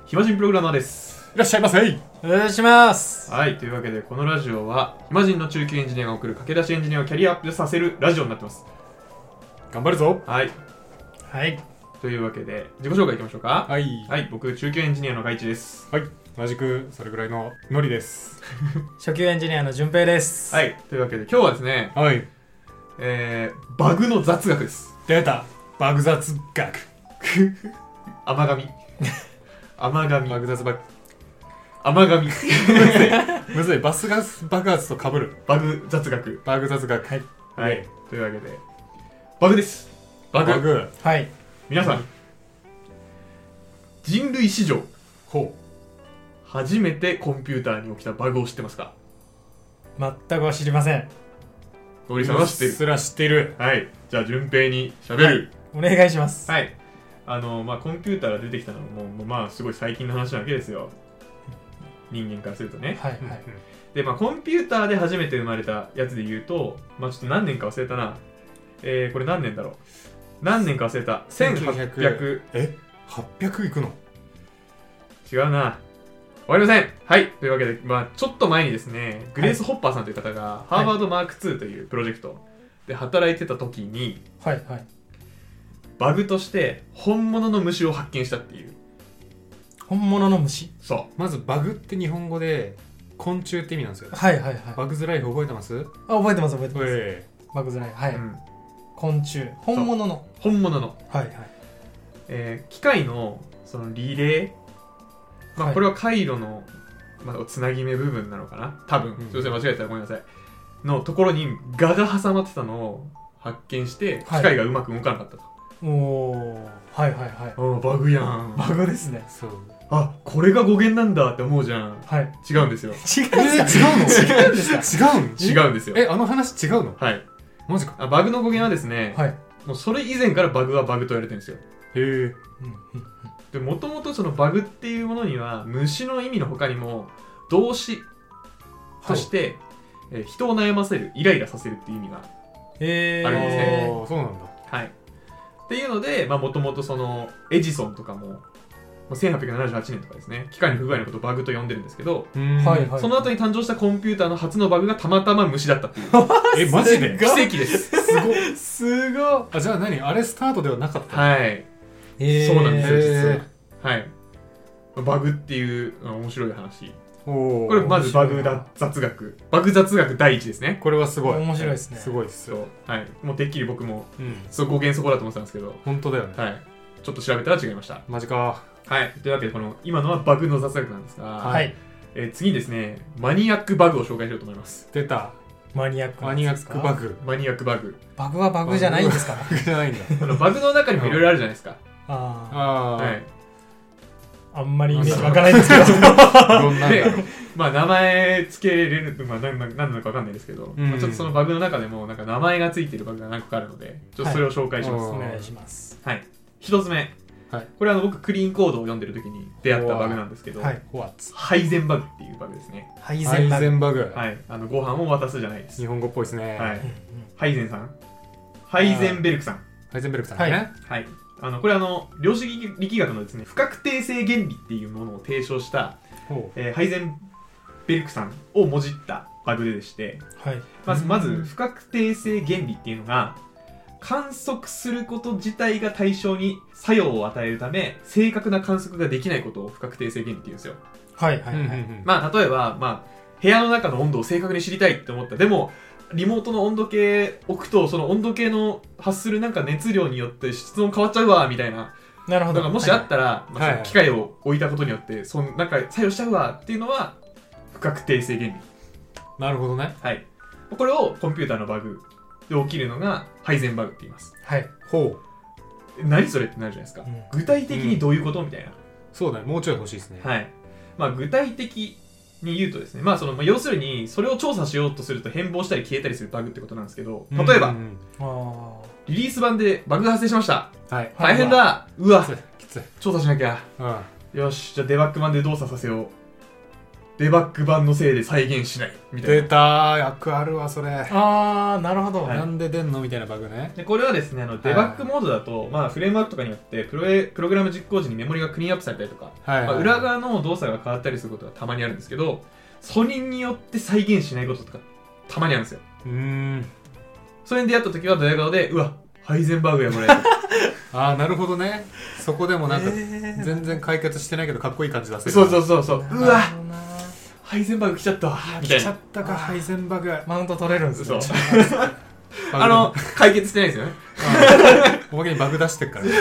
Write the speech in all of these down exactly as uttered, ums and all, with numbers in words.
暇人プログラマーです。 いらっしゃいませ。 お願いします。 はい、というわけでこのラジオは暇人の中級エンジニアが送る駆け出しエンジニアをキャリアアップさせるラジオになってます。 頑張るぞ。 はいはいというわけで自己紹介いきましょうか。 はいはい、僕中級エンジニアの外地です。 はい、同じくそれぐらいのノリです。 初級エンジニアの順平です。 はい、というわけで今日はですね、 はいえー、バグの雑学です。 出たバグ雑学甘噛み甘噛みバグ雑学甘噛みむずい。バスガス爆発と被るバグ雑学。 バグ雑学。 はいはい、というわけでバグです。バグ、 バグはい皆さん、人類史上ほ初めてコンピューターに起きたバグを知ってますか？ 全くは知りません。 小栗うさんは知ってる。 すら知ってる。 はい、じゃあ順平に喋る。 お願いします。 はい、あのまあコンピューターが出てきたのももうまあすごい最近の話なわけですよ、人間からするとね。 はいはいでまあコンピューターで初めて生まれたやつで言うと、まあちょっと何年か忘れたな。えー、これ何年だろう。何年か忘れた。せんはっぴゃく。 えはっぴゃくいくの？ 違うな。わかりません。はい。というわけで、まあちょっと前にですね、グレース・ホッパーさんという方が、ハーバードマークツーというプロジェクトで働いてた時に、 はいはい。 バグとして本物の虫を発見したっていう。 本物の虫。 そまずバグって日本語で昆虫って意味なんですよ。 はいはいはい。 バグズライフ覚えてます？ あ、覚えてます覚えてます。 えバグズライはう。 い、 うん、 昆虫本物の。 本物の、 はいはい。 えー機械のそのリレー、まあ、 はいこれは回路の、まあ、つなぎ目部分なのかな多分、 うんすいません間違えたらごめんなさいのところにガが挟まってたのを発見して機はい械がうまく動かなかったと。 おお。はいはいはい。 あーバグやん。 バグですね。 そう。 あ、これが語源なんだって思うじゃん。 はい。 違うんですよ。 違うんですか？ えー違うんですか？ 違うの？ 違うんですよ。 え、あの話違うの？ はい。 マジか。 あバグの語源はですね、 はい。 もうそれ以前からバグはバグと言われてるんですよ。 へえ。 うんうんで、もともとそのバグっていうものには虫の意味の他にも動詞として、えー人を悩ませる、イライラさせるっていう意味がえー、 あるんですねあーそうなんだ。 はい。っていうので、もともとそのエジソンとかも、まあせんはっぴゃくななじゅうはちねんとかですね、機械の不具合のことをバグと呼んでるんですけど、 はいはい。 その後に誕生したコンピューターの初のバグがたまたま虫だったっていうえ、マジで？ 奇跡です。 すごい。 すごい。 あ、じゃあ何？あれスタートではなかったの？ はい。 えー、 そうなんですよ、 へ実ーは。はい。バグっていうあ面白い話。 おーこれまずバグ面白いなだ雑学。バグ雑学第一ですね。 これはすごい。 面白いですね。 すごいっすそ。う。はい。もうてっきり僕も、 うん。 そう語源そこだと思ってたんですけど、 本当だよね。 はい。ちょっと調べたら違いました。 マジか。 はい。というわけで、この、今のはバグの雑学なんですが、 はい。 えー次にですね、マニアックバグを紹介しようと思います。 出た。 マニアックなマニアッやつですか？ クバグ。 マニアックバグ。 バグはバグじゃないんですか？ バグじゃないんだ。 このバグの中にもいろいろあるじゃないですか。 ああー。 はい。 あ、あんまりイメージ湧かないんですけど。 どんなんだでろう。、 まあ名前つけれる、まあ何何なのかわかんないですけど、 うんまあちょっとそのバグの中でもなんか名前がついてるバグが何個かあるので、ちょっとそれを紹介します。 はいお願いします。 はい。一つ目。 はいこれはあの僕クリーンコードを読んでる時に出会ったバグなんですけど、 はい。 ホワッツ。 ハイゼンバグっていうバグですね。 ハイハイゼンバグ。 ゼンバグ。 はい。あの、ご飯を渡すじゃないです。 日本語っぽいですね。 はいうんうんハイゼンさん。ハイゼンベルクさん。 ハイゼンベルクさんはね。 はい。あの、これあの、量子力学のですね、不確定性原理っていうものを提唱した、 ほえーハイゼンベルクさんをもじったバグでして、 はい。 まず、まず、 うん不確定性原理っていうのが、観測すること自体が対象に作用を与えるため、正確な観測ができないことを不確定性原理って言うんですよ。 はいはいはい。 う。 まあ、例えば、まあ、部屋の中の温度を正確に知りたいって思った。でも、リモートの温度計置くと、その温度計の発するなんか熱量によって室温変わっちゃうわ、みたいな。 なるほど。 のがもしあったら、まあ、 はいその機械を置いたことによって、そのなんか作用しちゃうわっていうのは、不確定性原理。 なるほどね。 はい。これをコンピューターのバグで起きるのが、ハイゼンバグって言います。 はい。 ほう。 え何それってなるじゃないですか。 うん具体的にどういうことみたいな。 そうだね。もうちょい欲しいですね。 はい。まあ、具体的に言うとですね、まあ、その、まあ、要するに、それを調査しようとすると変貌したり消えたりするバグってことなんですけど、例えば、 うんあリリース版でバグが発生しました。 はい。 大変だうわきつい。きつい。 調査しなきゃ。 うん。 よし、じゃあデバッグ版で動作させよう。 デバッグ版のせいで再現しないみたいな。 出たー、よくあるわそれ。 あー、なるほど。 はいなんで出んのみたいなバグね。 でこれはですね、あのデバッグモードだと、まあ、フレームワークとかによってプロエプログラム実行時にメモリがクリーンアップされたりとか、 はい、はいまあ、裏側の動作が変わったりすることがたまにあるんですけど、それによって再現しないこととかたまにあるんですよ。 うーん。 それに出会った時はドヤ顔で、うわハイゼンバーグやこれああ、なるほどね。そこでもなんかえー全然解決してないけどかっこいい感じ出せる。 そうそうそうそう、うわなるほどなハイゼンバーグ来ちゃったわみたいな。 来ちゃったか、ハイゼンバグ。 マウント取れるんですそうね。 あの解決してないですよね。 おまけにバグ出してっからね。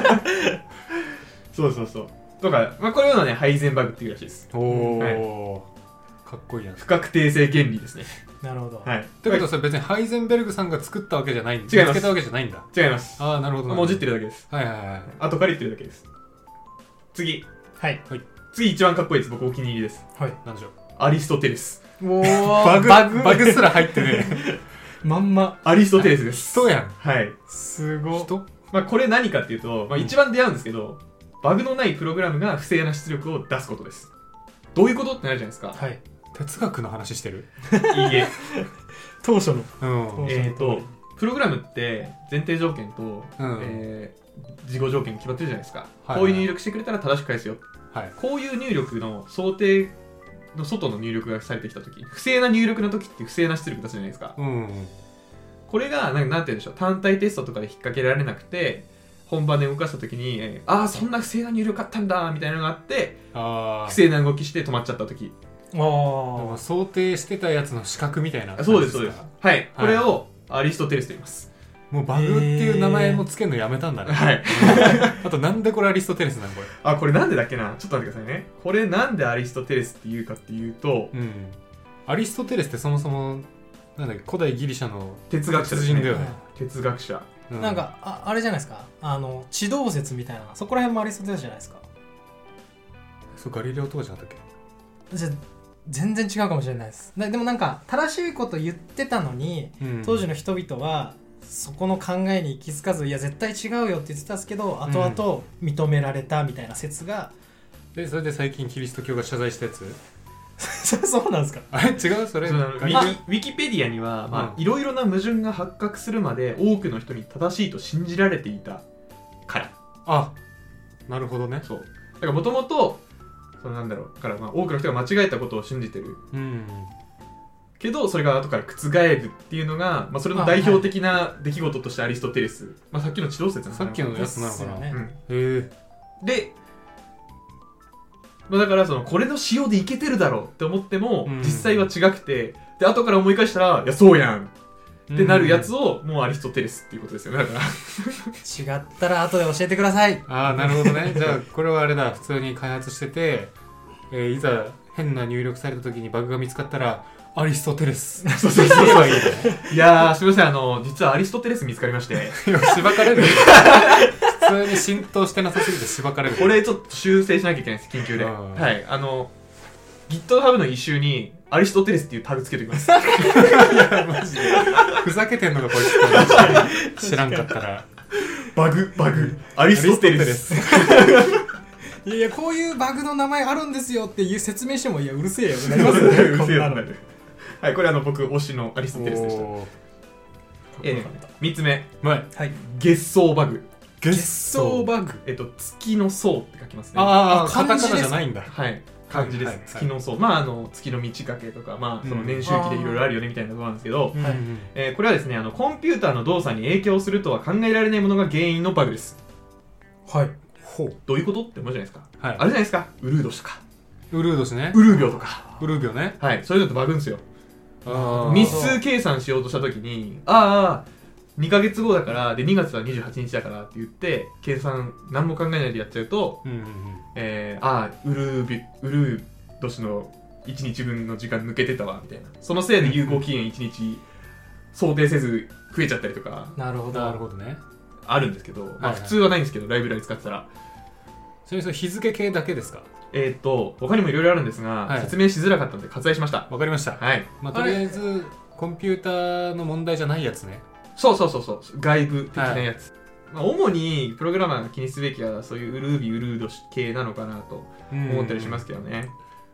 そうそうそうとか、まあ、こういうのねハイゼンバグっていうらしいです。 おお、かっこいいな。 不確定性原理ですね。 なるほど。 はい。 ってことはそれ別にハイゼンベルグさんが作ったわけじゃないんだ。 違います見つけたわけじゃないんだ。 違います。 ああ、なるほど。 もじってるだけです。 はいはいはい。 後から言ってるだけです。次はい。 次一番かっこいいです。僕お気に入りです。 はい。 なんでしょう。 アリストテレス。 おバグバグバグすら入ってね。 まんま。 アリストテレスです。 人やん。 はい。 すごい。 人まあこれ何かっていうと、まあ、一番出会うんですけど、バグのないプログラムが不正な出力を出すことです。どういうことってなるじゃないですか。 はい。 哲学の話してる。 いいえ。 当初の。 うん。 えっと、プログラムって前提条件と、 うんえー、事後条件決まってるじゃないですか。 はいこういう入力してくれたら正しく返すよ。 はい。 こういう入力の想定の外の入力がされてきたとき、不正な入力のときって不正な出力出すじゃないですか。 うん。 これが、なんなんて言うんでしょう、単体テストとかで引っ掛けられなくて、本番で動かしたときに、えー、ああ、そんな不正な入力あったんだみたいなのがあって、 ああ。 不正な動きして止まっちゃったとき。 あもう想定してたやつの資格みたいな感じそうです、そうですか。。 はい。これをアリストテレスと言います。 もうバグっていう名前もつけるのやめたんだね。 はい。 あとなんでこれアリストテレスなのこれ。 あ、これなんでだっけなちょっと待ってくださいね。これなんでアリストテレスっていうかっていうと、 うん。アリストテレスってそもそもなんだっけ、古代ギリシャの哲学者ですね。 哲人だよね。 哲学者。 うなんかああれじゃないですか、あの地動説みたいな、そこら辺もアリストテレスじゃないですか。 そうガリレオとかじゃなかったっけ。 じゃ全然違うかもしれないです。なでもなんか正しいこと言ってたのに、 うん当時の人々はそこの考えに気づかず、いや絶対違うよって言ってたんですけど、後々認められたみたいな説が、 でそれで最近キリスト教が謝罪したやつ。 そうなんですか。 あれ違うそれそうあのウガリレオィキウィキペディアには、まあ、 うんいろいろな矛盾が発覚するまで多くの人に正しいと信じられていたからあ、なるほどね。 そうだからもともとそのなんだろうだからまあ多くの人が間違えたことを信じてるうん。 けどそれが後から覆るっていうのが、まあ、それの代表的な出来事としてアリストテレス、まあ、さっきの地動説なんさっきのやでつなのかな。 すよね。 うん、 へえ。 で、まあ、だからそのこれの仕様でいけてるだろうって思っても、 うん実際は違くてで後から思い返したらいやそうやんってなるやつを。 をもうアリストテレスっていうことですよねだから違ったら後で教えてください。 ああ、なるほどね。じゃあこれはあれだ、普通に開発してて、えーいざ変な入力された時にバグが見つかったらアリストテレス。 そうそうそう言えばいいね。 いやーすみませんあの実はアリストテレス見つかりましていやしばかれる。普通に浸透してなさすぎてしばかれる。 これちょっと修正しなきゃいけないです緊急でうんはいあの GitHub の一周にアリストテレスっていうタグつけておきますマジでふざけてんのかこいつってマジで知らんかったら。 バグバグアリストテレスいやいや、こういうバグの名前あるんですよっていう説明しても、いやうるせえよってなりますよね。 うるせえこんなのなるはいこれあの僕推しのアリストテレスでしたおーえー、みっつめはい。 はい。 月相バグ月相バグ。 えっと月の相って書きますねああ、 あカタカ漢字ですナじゃないんだ。 はい漢字です、 はいはい月の相まああの月の満ち欠けとかまあその年周期でいろいろあるよねみたいなところなんですけど、 うんはいえーこれはですねあのコンピューターの動作に影響するとは考えられないものが原因のバグです。 はい。 ほう。 どういうことって思うじゃないですか、 はいあれじゃないですかウルード氏とかウルード氏ね。 ウルー病とかウルー病ね。 はいそういうのってバグんですよ。 あー日数計算しようとした時にああにかげつごだからでにがつはにじゅうはちにちだからって言って計算何も考えないでやっちゃうと、 うんうんうん。 えー、ああウルービウルー年のいちにちぶんの時間抜けてたわみたいなそのせいで有効期限いちにち想定せず増えちゃったりとかなるほど。 なるほどね。 あるんですけど、まあ、 はいはい普通はないんですけどライブラリ使ってたらそれそれ日付系だけですか。 えーっと他にもいろいろあるんですが、 はい説明しづらかったので割愛しました。 わかりました。 はいまあ、とりあえずコンピューターの問題じゃないやつね。 そうそうそうそう外部的なやつ、まあ、主にプログラマーが気にすべきはそういうウルービウルード系なのかなと思ったりしますけどね。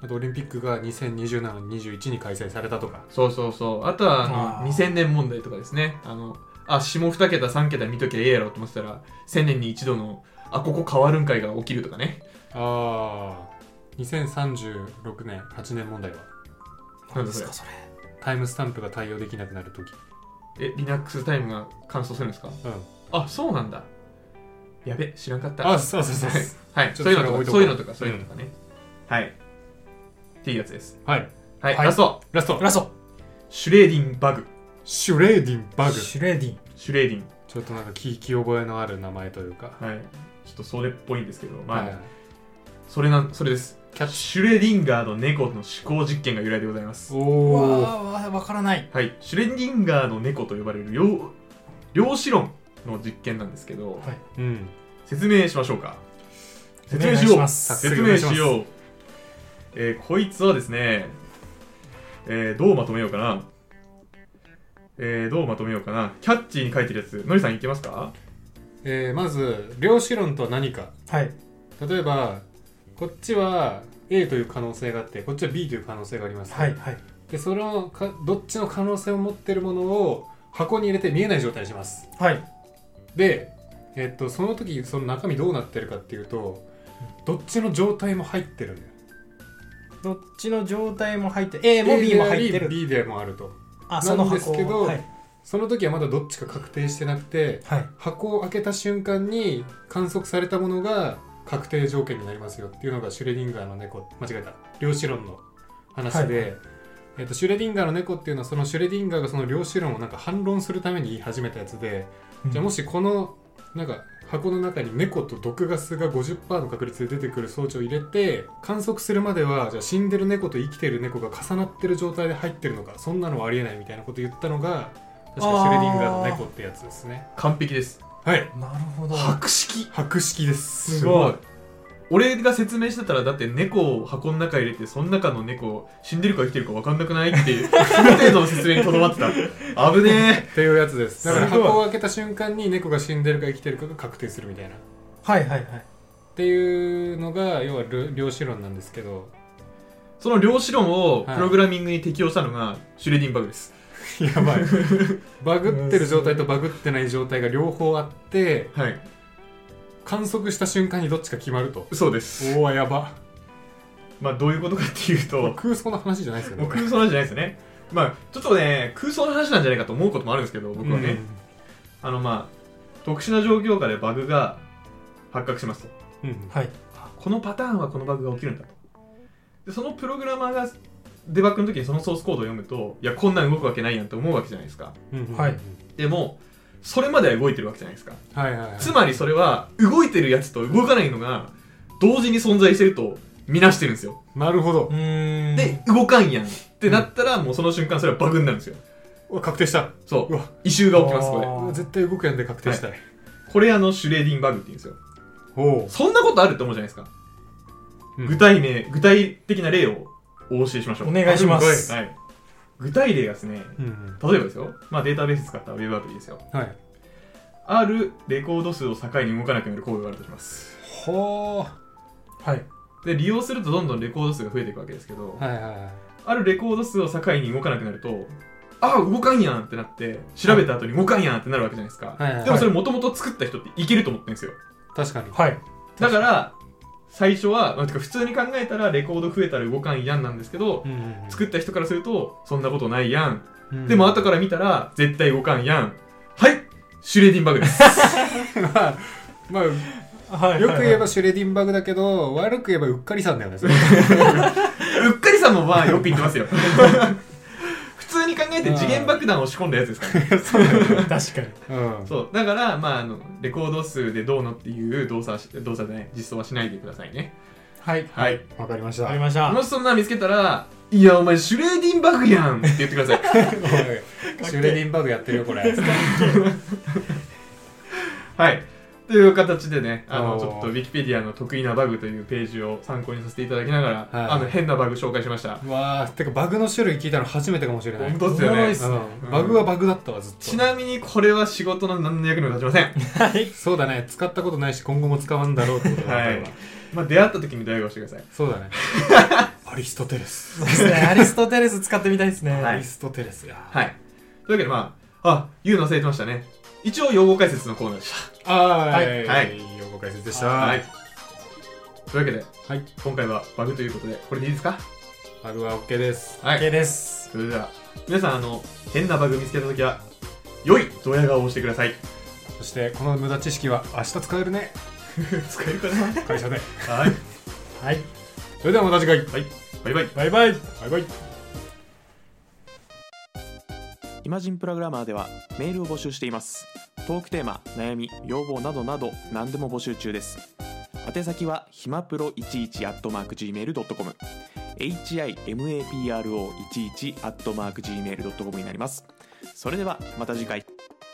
あとオリンピックがにせんにじゅうなな、にじゅういちに開催されたとか。 そうそうそう。あとはあのあーにせんねん問題とかですね。あのあ下に桁さん桁見ときゃええやろと思ってたらせんねんに一度のあここ変わるんかいが起きるとかね。 ああにせんさんじゅうろくねんはちねん問題はなんだそれ何ですかそれ。 タイムスタンプが対応できなくなるとき。 え Linux タイムが乾燥するんですか？ うんあそうなんだ。やべ知らんかった。 あそうそうそうはいちょそういうのとかっとそれ置いとこうそういうのとかそういうのとかね、はいっていうやつです。 はいはい、 はいラストラストラストシュレーディンバグシュレーディンバグ。 シュレーディン。 シュレーディンちょっとなんか聞き覚えのある名前というか。 はいちょっとそれっぽいんですけどまあ、 はいそれなんそれです。 キャッチシュレディンガーの猫の思考実験が由来でございます。 おうおわーわからない。 はいシュレディンガーの猫と呼ばれる量量子論の実験なんですけど、 はい。 うん説明しましょうか。説お願い明しようします説明しよう、えー、こいつはですね、えー、どうまとめようかなえー、どうまとめようかなキャッチーに書いてるやつのりさんいけますか？ えーまず量子論とは何か。 はい。 例えばこっちは A という可能性があってこっちは B という可能性があります、 はい。はい。 でそのかどっちの可能性を持っているものを箱に入れて見えない状態にします。 はい。 で、えっと、その時その中身どうなってるかっていうとどっちの状態も入ってるんだよ。 どっちの状態も入って、A も B も入ってる。 B でもあると。 あ、そのなんです箱けどはい。 その時はまだどっちか確定してなくてはい。 箱を開けた瞬間に観測されたものが確定条件になりますよっていうのがシュレディンガーの猫間違えた量子論の話で、 はいえっと、シュレディンガーの猫っていうのはそのシュレディンガーがその量子論をなんか反論するために言い始めたやつで、じゃあもしこのなんか箱の中に猫と毒ガスが ごじゅっパーセント の確率で出てくる装置を入れて観測するまではじゃあ死んでる猫と生きてる猫が重なってる状態で入ってるのかそんなのはありえないみたいなこと言ったのが確かシュレディンガーの猫ってやつですね。 完璧です。 はいなるほど。 博識博識ですすごい。 俺が説明してたらだって猫を箱の中入れてその中の猫死んでるか生きてるか分かんなくないっていうその程度の説明にとどまってた。危ねっていうやつです。だからすごい箱を開けた瞬間に猫が死んでるか生きてるかが確定するみたいなっはいはいはい。 ていうのが要は量子論なんですけどえ。その量子論をプログラミングに適用したのがシュレディンバグです。 やばいバグってる状態とバグってない状態が両方あってはい観測した瞬間にどっちか決まると。 そうです。 おおやば。 まあどういうことかっていうこれと空想の話じゃないですよねもう空想なんじゃないですよね。まあちょっとね空想の話なんじゃないかと思うこともあるんですけど僕はね、あのまあ特殊な状況下でバグが発覚しますと。 うんうんはい。 このパターンはこのバグが起きるんだと。でそのプログラマーがデバッグの時にそのソースコードを読むといやこんなん動くわけないやんと思うわけじゃないですか。 うんうんうんはいでもそれまでは動いてるわけじゃないですか。 はいはいはいつまりそれは動いてるやつと動かないのが同時に存在してると見なしてるんですよ。 なるほどう。ーん。 で動かんやんってなったらもうその瞬間それはバグになるんですよ。 うわ確定した。 そううわ異臭が起きますこれ。 あーうわ絶対動くやんで確定したい。 これあのシュレーディンバグって言うんですよ。 おお、 そんなことあるって思うじゃないですか。 うん具体名具体的な例をお教えしましょう。 お願いしますはい。具体例がですね、 うんうん例えばですよ、まあ、データベース使ったウェブアプリですよ。 はいあるレコード数を境に動かなくなるコードがあるとします。 ほはい。 で利用するとどんどんレコード数が増えていくわけですけど、 ーはいはいはいあるレコード数を境に動かなくなるとああ動かんやんってなって調べた後に動かんやんってなるわけじゃないですか。 はいはいでもそれもともと作った人っていけると思ってるんですよ。 確かに。 はい。 だから最初は、まあ、てか普通に考えたらレコード増えたら動かんやんなんですけど、 うんうんうん作った人からするとそんなことないやん、 うんでも後から見たら絶対動かんやん。はいシュレディンバグです。 まあ、まあ、 はい。 よく言えばシュレディンバグだけど悪く言えばうっかりさんだよねそれうっかりさんもまあよく言ってますよ。普通に考えて次元爆弾を仕込んだやつですからね。 そうだよね確かに。 うんそうだからまああのレコード数でどうのっていう動作はし動作でね実装はしないでくださいね。 はい。 はい。 わかりましたわかりました。 もしそんなの見つけたらいやお前シュレーディンバグやんって言ってください。 おいシュレディンバグやってるよこれはい。という形でね、あのおーちょっとウィキペディアの得意なバグというページを参考にさせていただきながら、 はいあの変なバグ紹介しました。 わーてかバグの種類聞いたの初めてかもしれない。 本当ですよねおもろいっ。すねうんバグはバグだったわずっと。 ちなみにこれは仕事の何の役にも立ちません。 はい。 そうだね使ったことないし今後も使わんだろうってことが分かるわはいまあ出会った時にドヤ顔してください。 そうだねあアリストテレス。 そうですね、アリストテレス使ってみたいですね。 はいアリストテレスや。 はいというわけでまああ言うの忘れてましたね。一応用語解説のコーナーでしははいはい用語解説でした。 た。はいというわけで、 はい今回はバグということでこれでいいですか？ バグは OK です。 は OK です。 それでは皆さんあの変なバグ見つけたときは良いドヤ顔をしてください。 そしてこの無駄知識は明日使えるね。 使えるかな会社で。 はいはい、 それではまた次回。 はいバイバイ。 バイバイ。 バイバイ。 イマジンプログラマーではメールを募集しています。トークテーマ、悩み、要望などなど何でも募集中です。宛先はひまプロいちいちアットマークジーメールドットコム エイチアイエムエーピーアールオーいちいちアットマークジーメールドットコム になります。それではまた次回。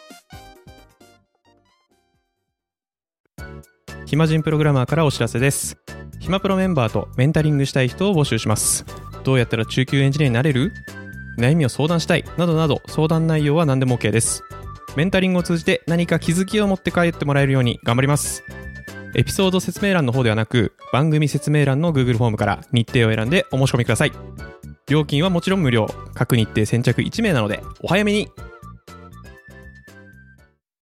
暇人プログラマーからお知らせです。暇プロメンバーとメンタリングしたい人を募集します。どうやったら中級エンジニアになれる？悩みを相談したいなどなど相談内容は何でも OK です。メンタリングを通じて何か気づきを持って帰ってもらえるように頑張ります。エピソード説明欄の方ではなく番組説明欄の Google フォームから日程を選んでお申し込みください。料金はもちろん無料、各日程先着いち名なのでお早めに。